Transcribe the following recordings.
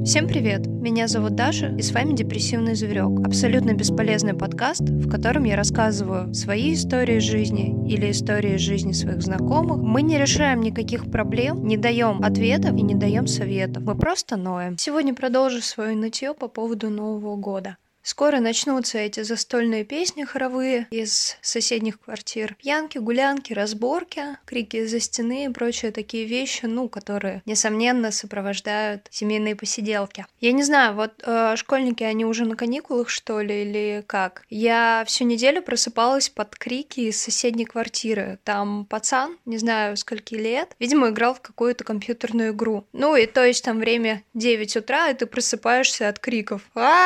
Всем привет! Меня зовут Даша, и с вами «Депрессивный зверек» — абсолютно бесполезный подкаст, в котором я рассказываю свои истории жизни или истории жизни своих знакомых. Мы не решаем никаких проблем, не даем ответов и не даем советов. Мы просто ноем. Сегодня продолжу свое нытье по поводу Нового года. Скоро начнутся эти застольные песни хоровые из соседних квартир. Пьянки, гулянки, разборки, крики из-за стены и прочие такие вещи, которые, несомненно, сопровождают семейные посиделки. Я не знаю, школьники, они уже на каникулах, что ли, или как? Я всю неделю просыпалась под крики из соседней квартиры. Там пацан, не знаю, скольки лет, видимо, играл в какую-то компьютерную игру. И то есть там время 9 утра, и ты просыпаешься от криков.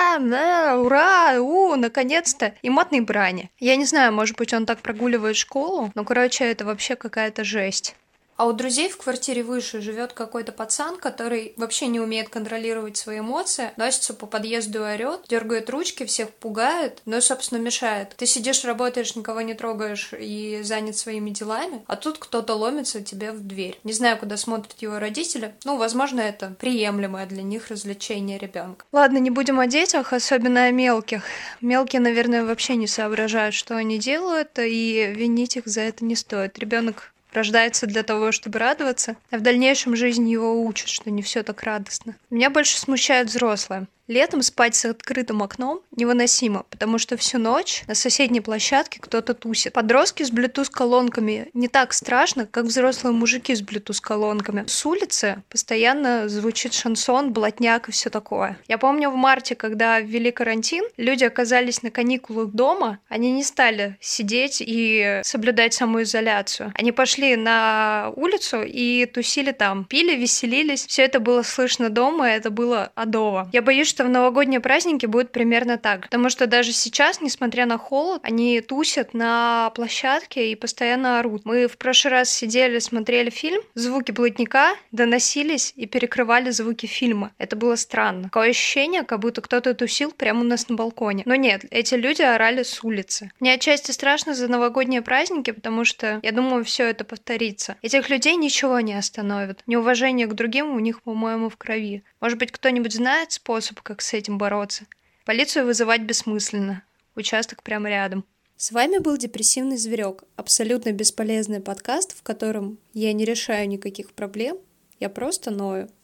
Ура! Наконец-то! И матной брани. Я не знаю, может быть, он так прогуливает школу, но, это вообще какая-то жесть. А у друзей в квартире выше живет какой-то пацан, который вообще не умеет контролировать свои эмоции, носится по подъезду и орёт, дергает ручки, всех пугает, но, собственно, мешает. Ты сидишь, работаешь, никого не трогаешь и занят своими делами, а тут кто-то ломится тебе в дверь. Не знаю, куда смотрят его родители, возможно, это приемлемое для них развлечение ребенка. Ладно, не будем о детях, особенно о мелких. Мелкие, наверное, вообще не соображают, что они делают, и винить их за это не стоит. Ребенок рождается для того, чтобы радоваться, а в дальнейшем жизнь его учит, что не все так радостно. Меня больше смущают взрослые. Летом спать с открытым окном невыносимо, потому что всю ночь на соседней площадке кто-то тусит. Подростки с Bluetooth-колонками не так страшно, как взрослые мужики с Bluetooth-колонками. С улицы постоянно звучит шансон, блатняк и все такое. Я помню в марте, когда ввели карантин, люди оказались на каникулах дома, они не стали сидеть и соблюдать самоизоляцию. Они пошли на улицу и тусили там, пили, веселились. Все это было слышно дома, и это было адово. Я боюсь, что в новогодние праздники будет примерно так. Потому что даже сейчас, несмотря на холод, они тусят на площадке и постоянно орут. Мы в прошлый раз сидели, смотрели фильм, звуки блатняка доносились и перекрывали звуки фильма. Это было странно. Такое ощущение, как будто кто-то тусил прямо у нас на балконе. Но нет, эти люди орали с улицы. Мне отчасти страшно за новогодние праздники, потому что я думаю, все это повторится. Этих людей ничего не остановит. Неуважение к другим у них, по-моему, в крови. Может быть, кто-нибудь знает способ, как с этим бороться? Полицию вызывать бессмысленно. Участок прямо рядом. С вами был «Депрессивный зверек», абсолютно бесполезный подкаст, в котором я не решаю никаких проблем, я просто ною.